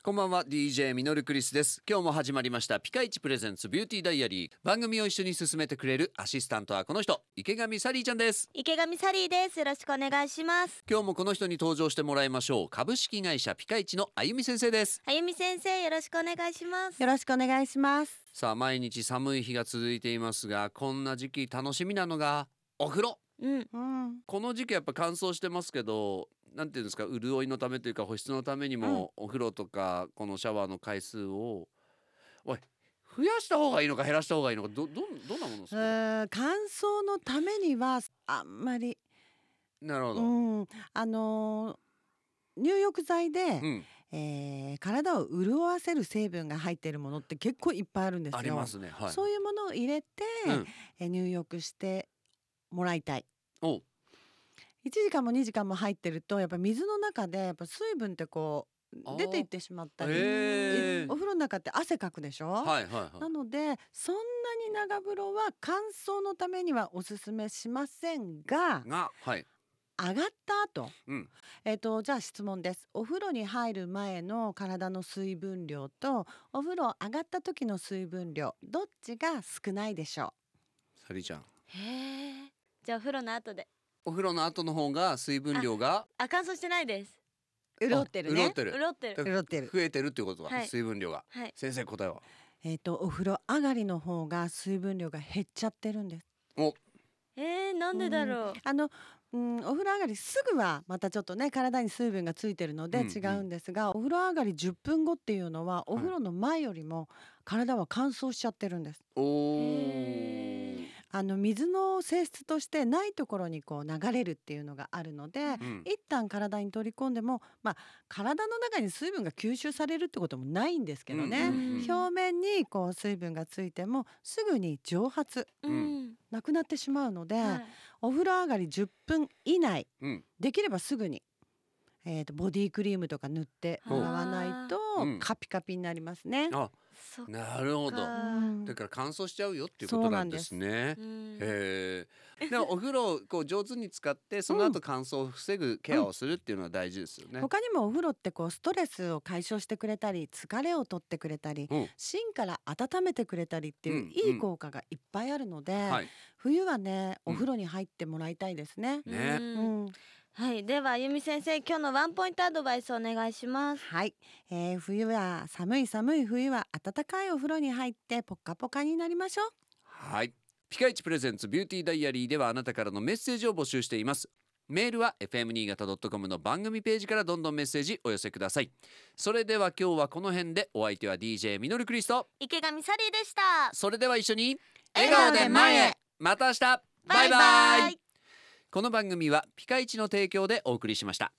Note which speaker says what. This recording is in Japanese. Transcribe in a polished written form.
Speaker 1: こんばんは、 DJ ミノルクリスです。今日も始まりましたピカイチプレゼンツビューティーダイアリー。番組を一緒に進めてくれるアシスタントはこの人、池上サリーちゃんです。
Speaker 2: 池上サリーです。よろしくお願いします。
Speaker 1: 今日もこの人に登場してもらいましょう。株式会社ピカイチのあゆみ先生です。
Speaker 2: あゆみ先生、よろしくお願いします。
Speaker 3: よろしくお願いします。
Speaker 1: さあ、毎日寒い日が続いていますが、こんな時期楽しみなのがお風呂。この時期やっぱ乾燥してますけど、なんていうんですか、潤いのためというか保湿のためにも、お風呂とかこのシャワーの回数を増やした方がいいのか減らした方がいいのか、どんなものですか？
Speaker 3: 乾燥のためにはあんまり、
Speaker 1: なるほど。
Speaker 3: 入浴剤で、体を潤わせる成分が入っているものって結構いっぱいあるんですよ。
Speaker 1: ありますね、はい、
Speaker 3: そういうものを入れて、入浴してもらいたい。1時間も2時間も入ってるとやっぱ水の中でやっぱ水分ってこう出ていってしまったり、お風呂の中って汗かくでしょ、なのでそんなに長風呂は乾燥のためにはおすすめしませんが、上がった後、じゃあ質問です。お風呂に入る前の体の水分量とお風呂上がった時の水分量、どっちが少ないでしょ
Speaker 1: う？サリちゃん。
Speaker 2: じゃあお風呂の後で。
Speaker 1: お風呂の後の方が水分量が
Speaker 2: 乾燥してないです。
Speaker 3: 潤ってるね。
Speaker 2: 潤ってる。
Speaker 1: 増えてるっていうことは、水分量が、先生答えは？
Speaker 3: お風呂上がりの方が水分量が減っちゃってるんです。
Speaker 2: なんでだろう。
Speaker 3: お風呂上がりすぐはまたちょっとね体に水分がついてるので違うんですが、お風呂上がり10分後っていうのはお風呂の前よりも体は乾燥しちゃってるんです。水の性質としてないところにこう流れるっていうのがあるので、一旦体に取り込んでも、体の中に水分が吸収されるってこともないんですけどね、表面にこう水分がついてもすぐに蒸発、なくなってしまうので、お風呂上がり10分以内、できればすぐにボディクリームとか塗ってもらわないとカピカピになりますね。
Speaker 1: なるほど。だから乾燥しちゃうよっていうことなんですね。でもお風呂をこう上手に使ってその後乾燥を防ぐケアをするっていうのは大事ですよね。
Speaker 3: 他にもお風呂ってこうストレスを解消してくれたり疲れを取ってくれたり、芯から温めてくれたりっていういい効果がいっぱいあるので、冬はねお風呂に入ってもらいたいですね。
Speaker 2: ではあゆみ先生、今日のワンポイントアドバイスお願いします。
Speaker 3: 冬は寒い冬は暖かいお風呂に入ってポカポカになりましょう。
Speaker 1: ピカイチプレゼンツビューティーダイアリーではあなたからのメッセージを募集しています。メールは fm 新潟 .com の番組ページからどんどんメッセージお寄せください。それでは今日はこの辺で。お相手は DJ ミノルクリスト、
Speaker 2: 池上サリーでした。
Speaker 1: それでは一緒に
Speaker 2: 笑顔で前へ。
Speaker 1: また明日。バイバイ。この番組はピカイチの提供でお送りしました。